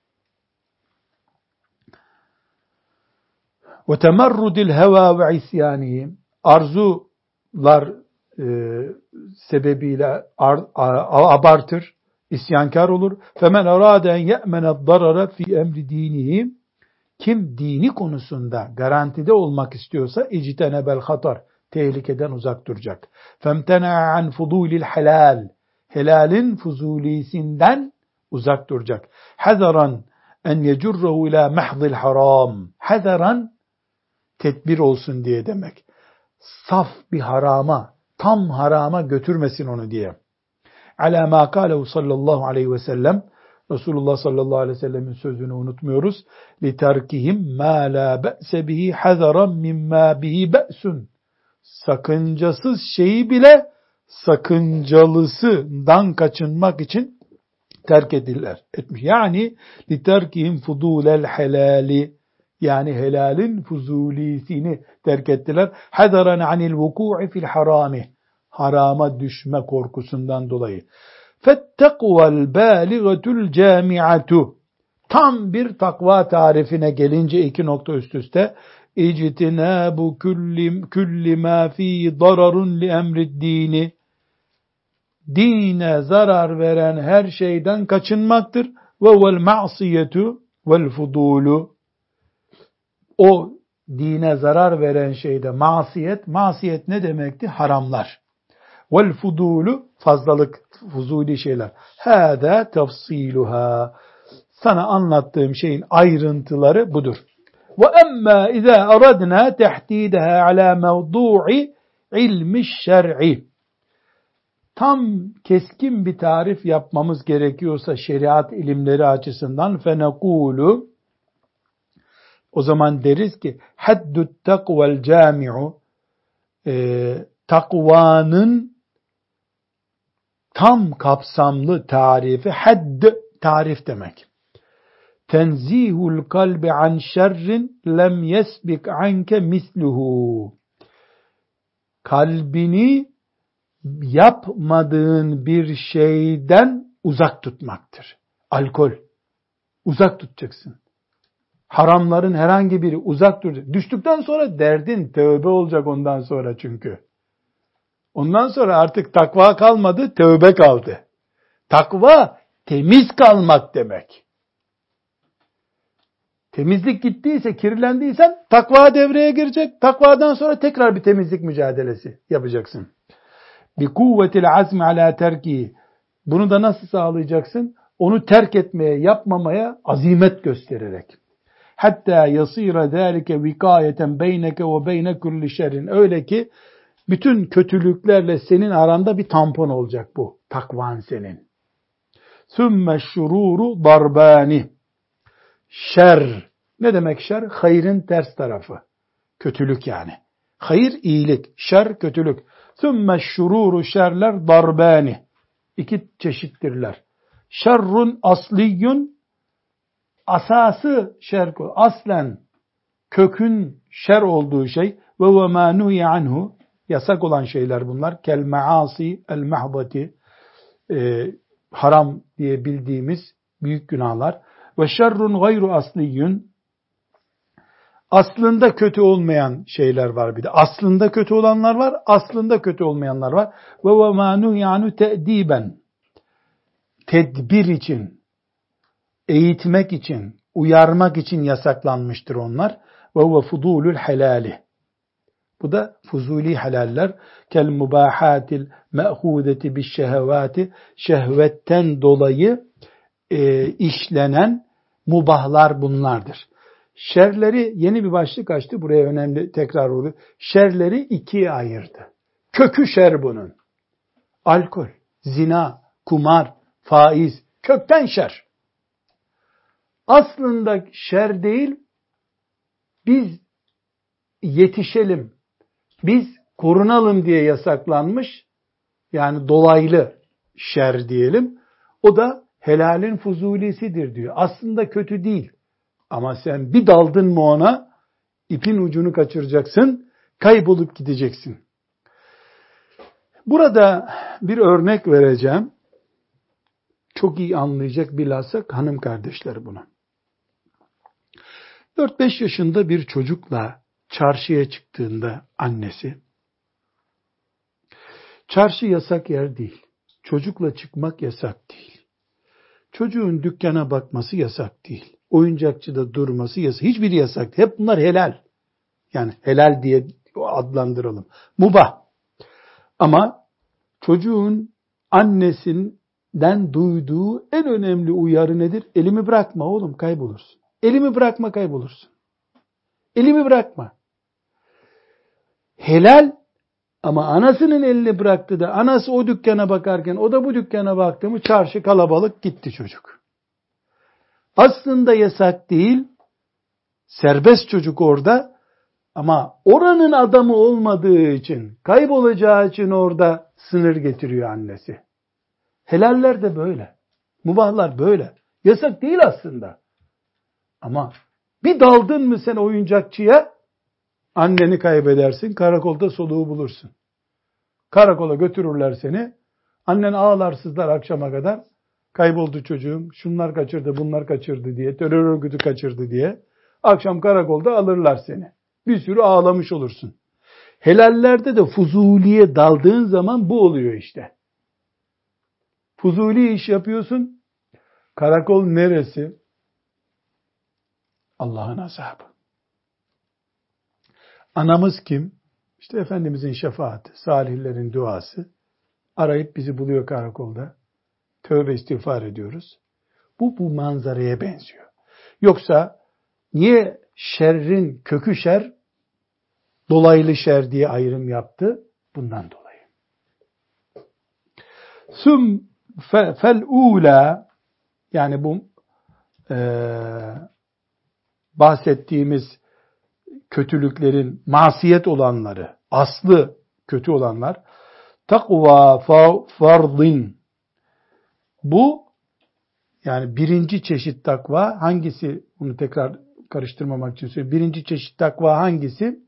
وَتَمَرُّدِ الْهَوَى وَعِسْيَانِهِ Arzular sebebiyle abartır, isyankar olur. فَمَنْ أَرَادَ اَنْ يَأْمَنَ الضَّرَرَ فِي اَمْرِ دِينِهِ Kim dini konusunda garantide olmak istiyorsa اِجْتَنَبَ الْخَطَرِ Tehlikeden uzak duracak. فَامْتَنَعَ عَنْ فُضُولِ الْحَلَالِ Helalin fuzulisinden uzak duracak. حَذَرًا اَنْ يَجُرَّهُ اِلَى مَحْضِ الْحَرَامِ Hazaran tedbir olsun diye demek. Saf bir harama, tam harama götürmesin onu diye. Ala ma kâlehu sallallahu aleyhi ve sellem Resulullah sallallahu aleyhi ve sellemin sözünü unutmuyoruz. لِتَرْكِهِمْ مَا لَا بَأْسَ بِهِ حَذَرًا مِمَّا بِهِ بَأْسٌ Sakıncasız şeyi bile sakıncalısından kaçınmak için terk etmiş. Yani لِتَرْكِهِمْ فُضُولَ الْحَلَالِ Yani helalin fuzulisini terk ettiler. حَذَرًا عَنِ الْوُقُوعِ فِي الْحَرَامِ Harama düşme korkusundan dolayı. فَالتَّقْوَى الْبَالِغَةُ الْجَامِعَةُ Tam bir takva tarifine gelince 2 nokta üst üste. اِجْتِنَابُ كُلِّ مَا ف۪ي ضَرَرٌ لِأَمْرِ الدِّينِ Dine zarar veren her şeyden kaçınmaktır. وَوَالْ مَعْصِيَةُ وَالْفُضُولُ O dine zarar veren şeyde masiyet. Masiyet ne demekti? Haramlar. وَالْفُضُولُ Fazlalık, fuzuli şeyler. هَذَا تَفْصِيلُهَا Sana anlattığım şeyin ayrıntıları budur. وَأَمَّا إِذَا أَرَدْنَا تَحْدِيدَهَا عَلَى مَوْضُوعِ عِلْمِ الشَّرْعِ Tam keskin bir tarif yapmamız gerekiyorsa şeriat ilimleri açısından فَنَقُولُ O zaman deriz ki haddut takvel cami'u takvanın tam kapsamlı tarifi hadd tarif demek. Tenzihul kalbi an şerrin lem yesbik anke misluhu. Kalbini yapmadığın bir şeyden uzak tutmaktır. Alkol. Uzak tutacaksın. Haramların herhangi biri uzak duracak. Düştükten sonra derdin tövbe olacak ondan sonra çünkü. Ondan sonra artık takva kalmadı, tövbe kaldı. Takva temiz kalmak demek. Temizlik gittiyse, kirlendiysen takva devreye girecek. Takvadan sonra tekrar bir temizlik mücadelesi yapacaksın. Bi kuvvetil azmi ala terki. Bunu da nasıl sağlayacaksın? Onu terk etmeye, yapmamaya azimet göstererek. Hatta yasira zalike vikayeten beyneke ve beyne kulli şerrin. Öyle ki bütün kötülüklerle senin aranda bir tampon olacak bu. Takvan senin. Sümme şururu darbani. Şer. Ne demek şer? Hayrın ters tarafı. Kötülük yani. Hayır iyilik, şer kötülük. Sümme şururu şerler darbani. İki çeşittirler. Şerrun asliyyun, asası şer, aslen kökün şer olduğu şey ve ma nuhiye anhu, yasak olan şeyler bunlar. Kel maasi el mahbati, haram diye bildiğimiz büyük günahlar. Ve şerrun gayru asliyyun, aslında kötü olmayan şeyler var bir de. Aslında kötü olanlar var, aslında kötü olmayanlar var. Ve ma nuhiye anhu te'diben, tedbir için, eğitmek için, uyarmak için yasaklanmıştır onlar. Ve huve fudulul helali. Bu da fuzuli halaller. Kel mubahatil me'hudeti biş şehevati. Şehvetten dolayı işlenen mubahlar bunlardır. Şerleri, yeni bir başlık açtı. Buraya önemli tekrar oldu. Şerleri ikiye ayırdı. Kökü şer bunun. Alkol, zina, kumar, faiz, kökten şer. Aslında şer değil, biz yetişelim, biz korunalım diye yasaklanmış, yani dolaylı şer diyelim. O da helalin fuzulisidir diyor. Aslında kötü değil. Ama sen bir daldın mı ona, ipin ucunu kaçıracaksın, kaybolup gideceksin. Burada bir örnek vereceğim. Çok iyi anlayacak bilhassa hanım kardeşler bunu. 4-5 yaşında bir çocukla çarşıya çıktığında annesi, çarşı yasak yer değil, çocukla çıkmak yasak değil, çocuğun dükkana bakması yasak değil, oyuncakçıda durması yasak, hiçbiri yasak değil. Hep bunlar helal. Yani helal diye adlandıralım. Mubah. Ama çocuğun annesinden duyduğu en önemli uyarı nedir? Elimi bırakma oğlum, kaybolursun. Elimi bırakma, kaybolursun. Elimi bırakma. Helal, ama anasının elini bıraktı da anası o dükkana bakarken o da bu dükkana baktı mı çarşı kalabalık, gitti çocuk. Aslında yasak değil, serbest çocuk orada, ama oranın adamı olmadığı için, kaybolacağı için orada sınır getiriyor annesi. Helaller de böyle. Mubahlar böyle. Yasak değil aslında. Ama bir daldın mı sen oyuncakçıya, anneni kaybedersin, karakolda soluğu bulursun. Karakola götürürler seni, annen ağlar sızlar akşama kadar, kayboldu çocuğum, şunlar kaçırdı, bunlar kaçırdı diye, terör örgütü kaçırdı diye, akşam karakolda alırlar seni. Bir sürü ağlamış olursun. Helallerde de fuzuliye daldığın zaman bu oluyor işte. Fuzuli iş yapıyorsun, karakol neresi? Allah'ın azabı. Anamız kim? İşte Efendimizin şefaati, salihlerin duası. Arayıp bizi buluyor karakolda. Tövbe istiğfar ediyoruz. Bu manzaraya benziyor. Yoksa niye şerrin kökü şer, dolaylı şer diye ayrım yaptı? Bundan dolayı. Fel ula, yani bu bahsettiğimiz kötülüklerin masiyet olanları, aslı kötü olanlar, takva fardin. Bu yani birinci çeşit takva hangisi? Bunu tekrar karıştırmamak için söyleyeyim. Birinci çeşit takva hangisi?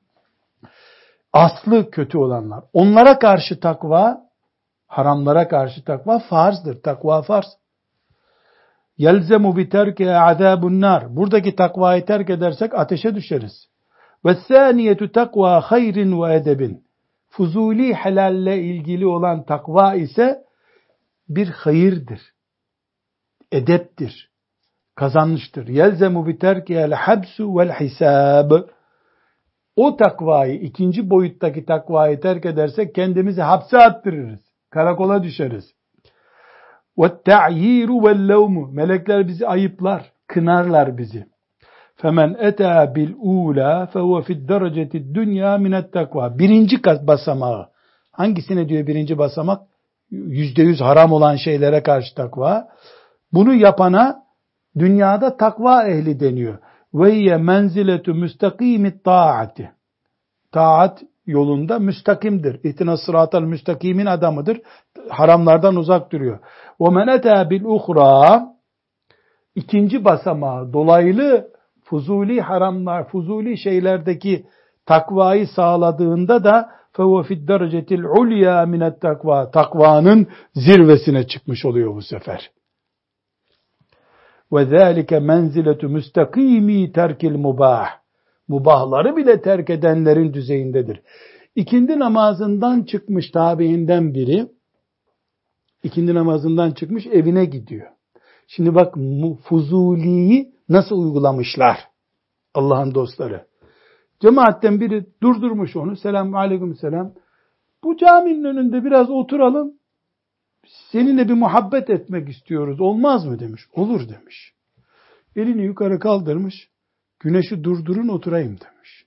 Aslı kötü olanlar. Onlara karşı takva, haramlara karşı takva farzdır. Takva farz. Yelzemu bi terkiha azabun nar. Buradaki takvayı terk edersek ateşe düşeriz. Ve saniyetu takva hayrin ve edebin. Fuzuli helalle ilgili olan takva ise bir hayırdır, edeptir, kazanmıştır. Yelzemu bi terkiha'l habsu vel hisab. O takvayı, ikinci boyuttaki takvayı terk edersek kendimizi hapse attırırız. Karakola düşeriz. Ve ta'yiru vel levmu. Melekler bizi ayıplar, kınarlar bizi. Femen eta bil ula fehuve fid dereceti dünya minet takva. Birinci basamağı. Hangisine diyor birinci basamak? %100 haram olan şeylere karşı takva. Bunu yapana dünyada takva ehli deniyor. Ve hiye menziletu müstakimit taati. Taat yolunda müstakimdir. İhtinas sıratal müstakimin adamıdır. Haramlardan uzak duruyor. Ve men eta bil uhra. İkinci basamağı dolaylı fuzuli haramlar, fuzuli şeylerdeki takvayı sağladığında da فَوَ فِي الدَّرَجَةِ الْعُلْيَا مِنَ التَّقْوَى. Takvanın zirvesine çıkmış oluyor bu sefer. وَذَٰلِكَ مَنْزِلَةُ مُسْتَقِيمِ تَرْكِ الْمُبَاحِ. Mubahları bile terk edenlerin düzeyindedir. İkindi namazından çıkmış tabiinden biri, ikindi namazından çıkmış evine gidiyor. Şimdi bak fuzuliyi nasıl uygulamışlar Allah'ın dostları. Cemaatten biri durdurmuş onu. Selamun aleyküm selam. Bu caminin önünde biraz oturalım. Seninle bir muhabbet etmek istiyoruz. Olmaz mı demiş. Olur demiş. Elini yukarı kaldırmış. Güneşi durdurun oturayım demiş.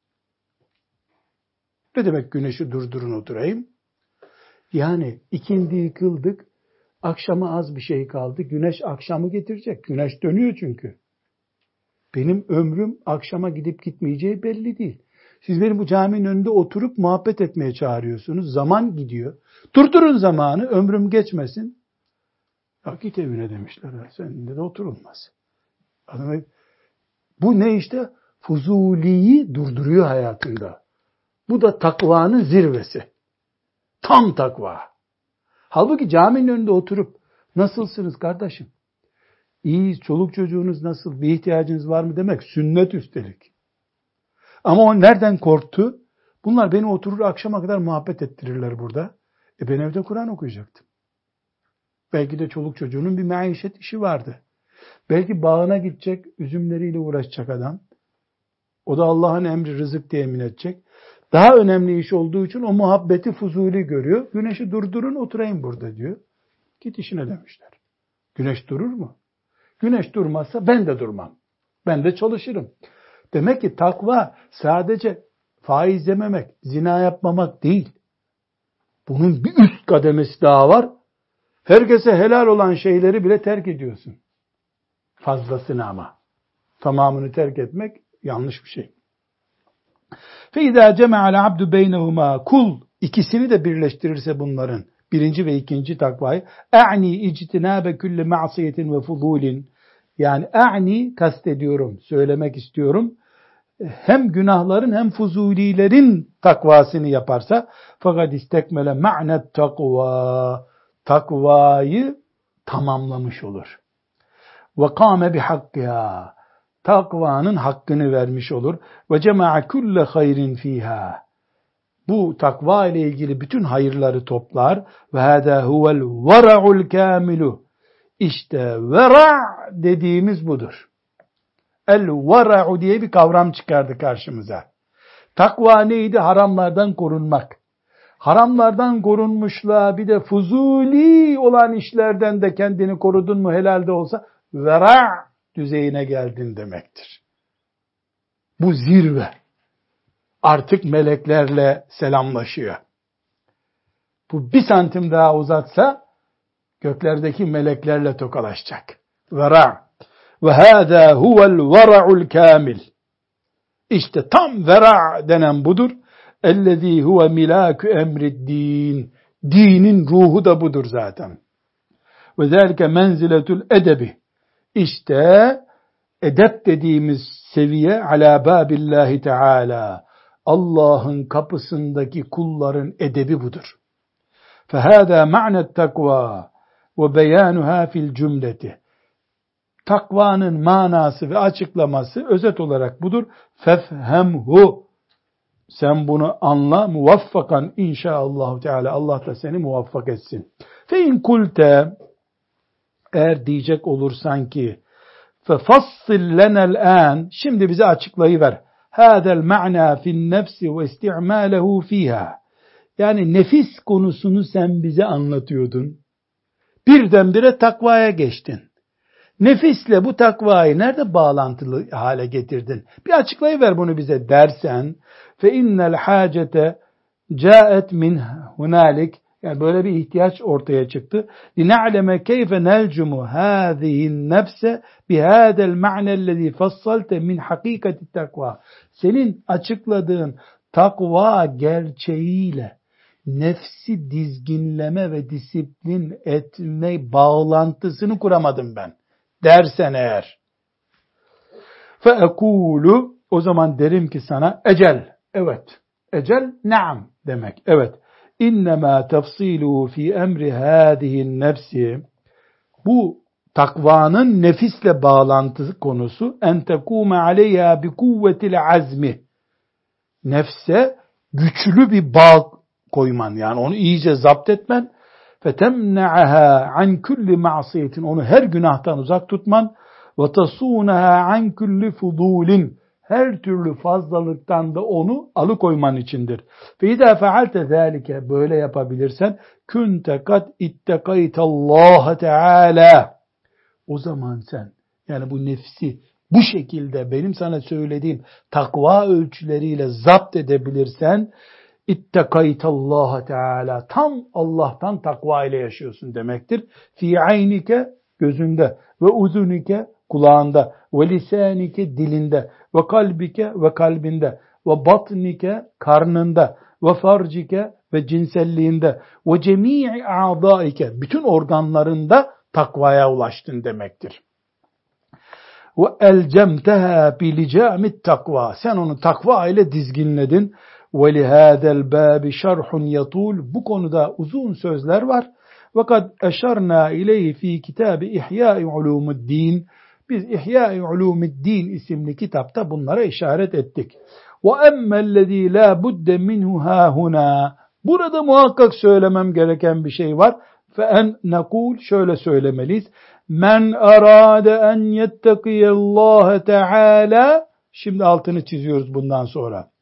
Ne demek güneşi durdurun oturayım? Yani ikindiyi kıldık. Akşama az bir şey kaldı. Güneş akşamı getirecek. Güneş dönüyor çünkü. Benim ömrüm akşama gidip gitmeyeceği belli değil. Siz benim bu caminin önünde oturup muhabbet etmeye çağırıyorsunuz. Zaman gidiyor. Durdurun zamanı, ömrüm geçmesin. Ya git evine demişler. Seninle de oturulmaz. Bu ne işte? Fuzuliyi durduruyor hayatında. Bu da takvanın zirvesi. Tam takva. Halbuki caminin önünde oturup nasılsınız kardeşim? İyi, çoluk çocuğunuz nasıl? Bir ihtiyacınız var mı demek sünnet üstelik. Ama o nereden korktu? Bunlar beni oturur akşama kadar muhabbet ettirirler burada. Ben evde Kur'an okuyacaktım. Belki de çoluk çocuğunun bir maişet işi vardı. Belki bağına gidecek, üzümleriyle uğraşacak adam. O da Allah'ın emri rızık temin edecek. Daha önemli iş olduğu için o muhabbeti fuzuli görüyor. Güneşi durdurun oturayım burada diyor. Git işine demişler. Güneş durur mu? Güneş durmazsa ben de durmam. Ben de çalışırım. Demek ki takva sadece faiz yememek, zina yapmamak değil. Bunun bir üst kademesi daha var. Herkese helal olan şeyleri bile terk ediyorsun. Fazlasını ama. Tamamını terk etmek yanlış bir şey. فَاِذَا جَمَعَ الْعَبْدُ بَيْنَهُمَا Kul ikisini de birleştirirse bunların, birinci ve ikinci takvayı, اَعْنِي اِجْتِنَابَ كُلِّ مَعْصِيَةٍ وَفُضُولٍ Yani e'ni kastediyorum, söylemek istiyorum. Hem günahların hem fuzulilerin takvasını yaparsa fakat istekmele ma'net takva takvayı tamamlamış olur. Ve kâme bihakkiha takvanın hakkını vermiş olur. Ve cema'a kulle hayrin fiha bu takva ile ilgili bütün hayırları toplar. Ve hâdâ huvel vera'ul kâmilu İşte vera dediğimiz budur. El-vera'u diye bir kavram çıkardı karşımıza. Takva neydi? Haramlardan korunmak. Haramlardan korunmuşluğa bir de fuzuli olan işlerden de kendini korudun mu helalde olsa vera düzeyine geldin demektir. Bu zirve. Artık meleklerle selamlaşıyor. Bu bir santim daha uzatsa göklerdeki meleklerle tokalaşacak. Vera. Ve hâzâ huvel vera'ul kâmil. İşte tam vera denen budur. Ellezî huve milâkü emriddîn. Dinin ruhu da budur zaten. Ve zâlike menziletül edebi. İşte edep dediğimiz seviye alâ bâbillâhi teâlâ. Allah'ın kapısındaki kulların edebi budur. Fehâzâ ma'net takvâ ve beyânuhâ fil cümleti. takvanın manası ve açıklaması özet olarak budur. Fefhemhu. Sen bunu anla, muvaffakan inşaallah Teala. Allah da seni muvaffak etsin. Fe in kulte, eğer diyecek olursan ki fefassil lenel an, şimdi bize açıklayıver. Hâzel ma'na fin nefsi ve isti'mâlehu fîhâ. Yani nefis konusunu sen bize anlatıyordun. Birdenbire takvaya geçtin. Nefisle bu takvayı nerede bağlantılı hale getirdin? Bir açıklayıver bunu bize dersen, fe innel hacete caet min hunalik, yani böyle bir ihtiyaç ortaya çıktı. Lina'leme keyfe nelcumu hâzihin nefse bihâdel ma'nellezî fassalte min hakikati takva. Senin açıkladığın takva gerçeğiyle nefsi dizginleme ve disiplin etme bağlantısını kuramadım ben dersen eğer. فَاَكُولُ, o zaman derim ki sana ecel, evet. Ecel, naam demek, evet. اِنَّمَا تَفْصِيلُهُ ف۪ي اَمْرِ هَذِهِ النَّفْسِ. Bu takvanın nefisle bağlantısı konusu. اَنْ تَكُومَ عَلَيْهَا بِكُوَّةِ الْعَزْمِ. Nefse güçlü bir bağ koyman, yani onu iyice zapt etmen. فَتَمْنَعَهَا عَنْ كُلِّ مَعْصِيَةٍ, onu her günahtan uzak tutman. وَتَصُونَهَا عَنْ كُلِّ فُضُولٍ, her türlü fazlalıktan da onu alıkoyman içindir. فَاِذَا فَعَلْتَ ذَٰلِكَ, böyle yapabilirsen كُنْتَ قَدْ اِتَّقَيْتَ اللّٰهَ تَعَالَى. O zaman sen, yani bu nefsi bu şekilde benim sana söylediğim takva ölçüleriyle zapt edebilirsen, İttekaytallaha Teala, tam Allah'tan takva ile yaşıyorsun demektir. Fi aynike, gözünde, ve uzunike, kulağında, ve lisanike, dilinde, ve kalbike, ve kalbinde, ve batnike, karnında, ve farcike, ve cinselliğinde, ve cemii a'daike, bütün organlarında takvaya ulaştın demektir. Ve elcemteha bilicamit takva, sen onu takva ile dizginledin. وَلِهَذَا الْبَابِ شَرْحٌ يَطُولُ, bu konuda uzun sözler var. وَقَدْ اَشَرْنَا اِلَيْهِ ف۪ي كِتَابِ اِحْيَاءِ عُلُومُ الدِّينِ, biz İhya-i Ulûmu'd-Din isimli kitapta bunlara işaret ettik. وَاَمَّا الَّذ۪ي لَا بُدَّ مِنْهُ هَا هُنَا, burada muhakkak söylemem gereken bir şey var. فَاَنْ نَقُولُ, şöyle söylemeliyiz. مَنْ أَرَادَ أَنْ يَتَّقِيَ اللّٰهَ تَعَالَى, şimdi altını çiziyoruz bundan sonra.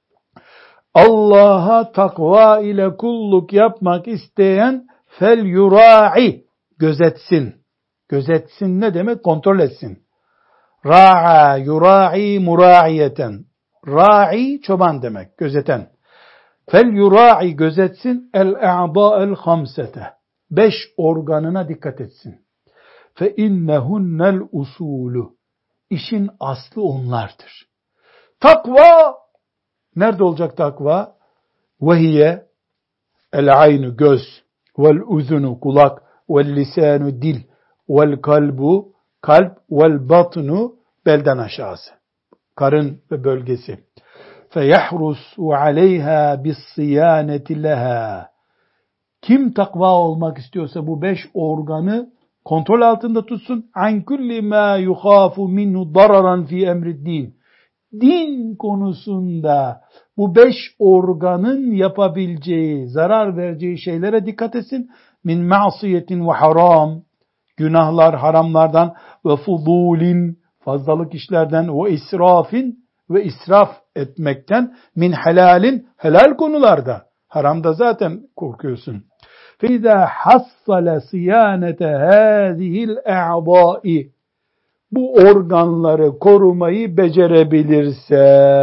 Allah'a takva ile kulluk yapmak isteyen fel yura'i, gözetsin. Gözetsin ne demek? Kontrol etsin. Ra'a yura'i mura'iyeten. Ra'i çoban demek, gözeten. Fel yura'i, gözetsin el-a'dâ'el hamsete. 5 organına dikkat etsin. Fe innehunnel usulü. İşin aslı onlardır. Takva, nerede olacak takva? Vehiye el-aynu, göz, vel uzunu, kulak, vel lisanu, dil, vel kalbu, kalp, vel batnu, belden aşağısı, karın ve bölgesi. Feyahrusu aleyha bis-siyaneti leha. Kim takva olmak istiyorsa bu 5 organı kontrol altında tutsun. An kulli ma yukhafu minhu dararan fi emri'd-din. Din konusunda bu 5 organın yapabileceği, zarar vereceği şeylere dikkat etsin. Min ma'siyetin ve haram, günahlar, haramlardan, ve fudulin, fazlalık işlerden, ve israfin, ve israf etmekten, min helalin, helal konularda, haramda zaten korkuyorsun. فَاِذَا حَصَّلَ صِيَانَةَ هَذِهِ الْاَعْضَاءِ, bu organları korumayı becerebilirse,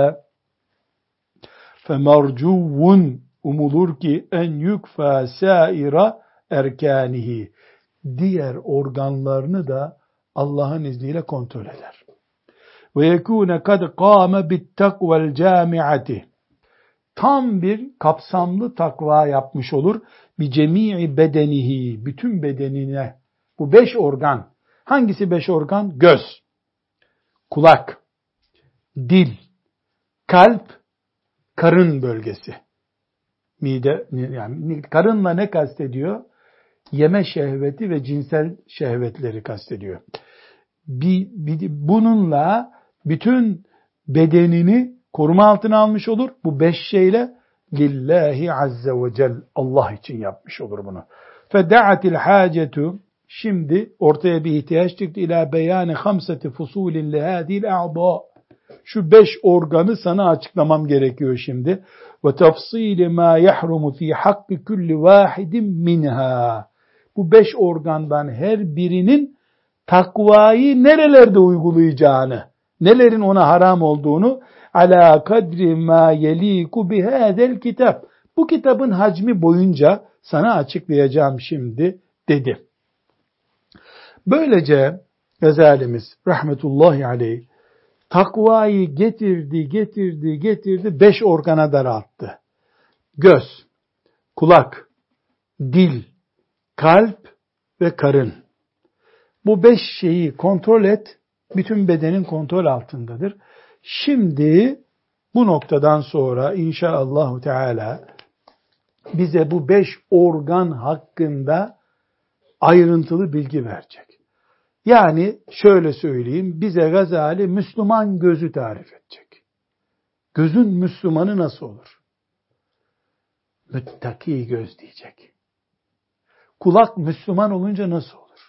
فَمَرْجُوٌ, umulur ki en yukfa saira erkanihi, diğer organlarını da Allah'ın izniyle kontrol eder. Ve yekûne kad qâme bittakvel câmi'ati, tam bir kapsamlı takva yapmış olur. Bi cemii bedenihi, bütün bedenine. Bu 5 organ. Hangisi 5 organ? Göz, kulak, dil, kalp, karın bölgesi. Mide, yani karınla ne kastediyor? Yeme şehveti ve cinsel şehvetleri kastediyor. bununla bütün bedenini koruma altına almış olur. Bu 5 şeyle lillahi azze ve cel, Allah için yapmış olur bunu. Feda'atil hacetu, şimdi ortaya bir ihtiyaç çıktı, ila beyani hamseti fusulin lihadil a'da. Şu 5 organı sana açıklamam gerekiyor şimdi. Ve tafsili ma yahrumu fi hakkı kulli vahidin minha. Bu 5 organdan her birinin takvayı nerelerde uygulayacağını, nelerin ona haram olduğunu, ala kadri ma yeliku bihadel kitap, bu kitabın hacmi boyunca sana açıklayacağım şimdi dedi. Böylece Gazalimiz rahmetullahi aleyh takvayı getirdi 5 organa daralttı. Göz, kulak, dil, kalp ve karın. Bu 5 şeyi kontrol et, bütün bedenin kontrol altındadır. Şimdi bu noktadan sonra inşallahü teala bize bu 5 organ hakkında ayrıntılı bilgi verecek. Yani şöyle söyleyeyim, bize Gazali Müslüman gözü tarif edecek. Gözün Müslümanı nasıl olur? Müttaki göz diyecek. Kulak Müslüman olunca nasıl olur?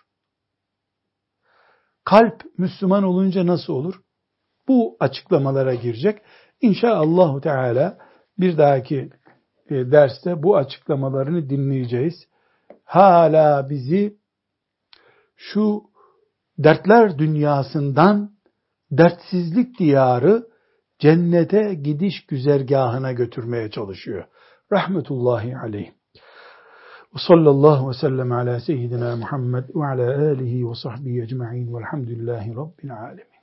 Kalp Müslüman olunca nasıl olur? Bu açıklamalara girecek. İnşallah Teala bir dahaki derste bu açıklamalarını dinleyeceğiz. Hala bizi şu dertler dünyasından dertsizlik diyarı cennete gidiş güzergahına götürmeye çalışıyor. Rahmetullahi aleyh. Ve sallallahu ve sellem ala seyyidina Muhammed ve ala alihi ve sahbihi ecma'in velhamdülillahi rabbil alemin.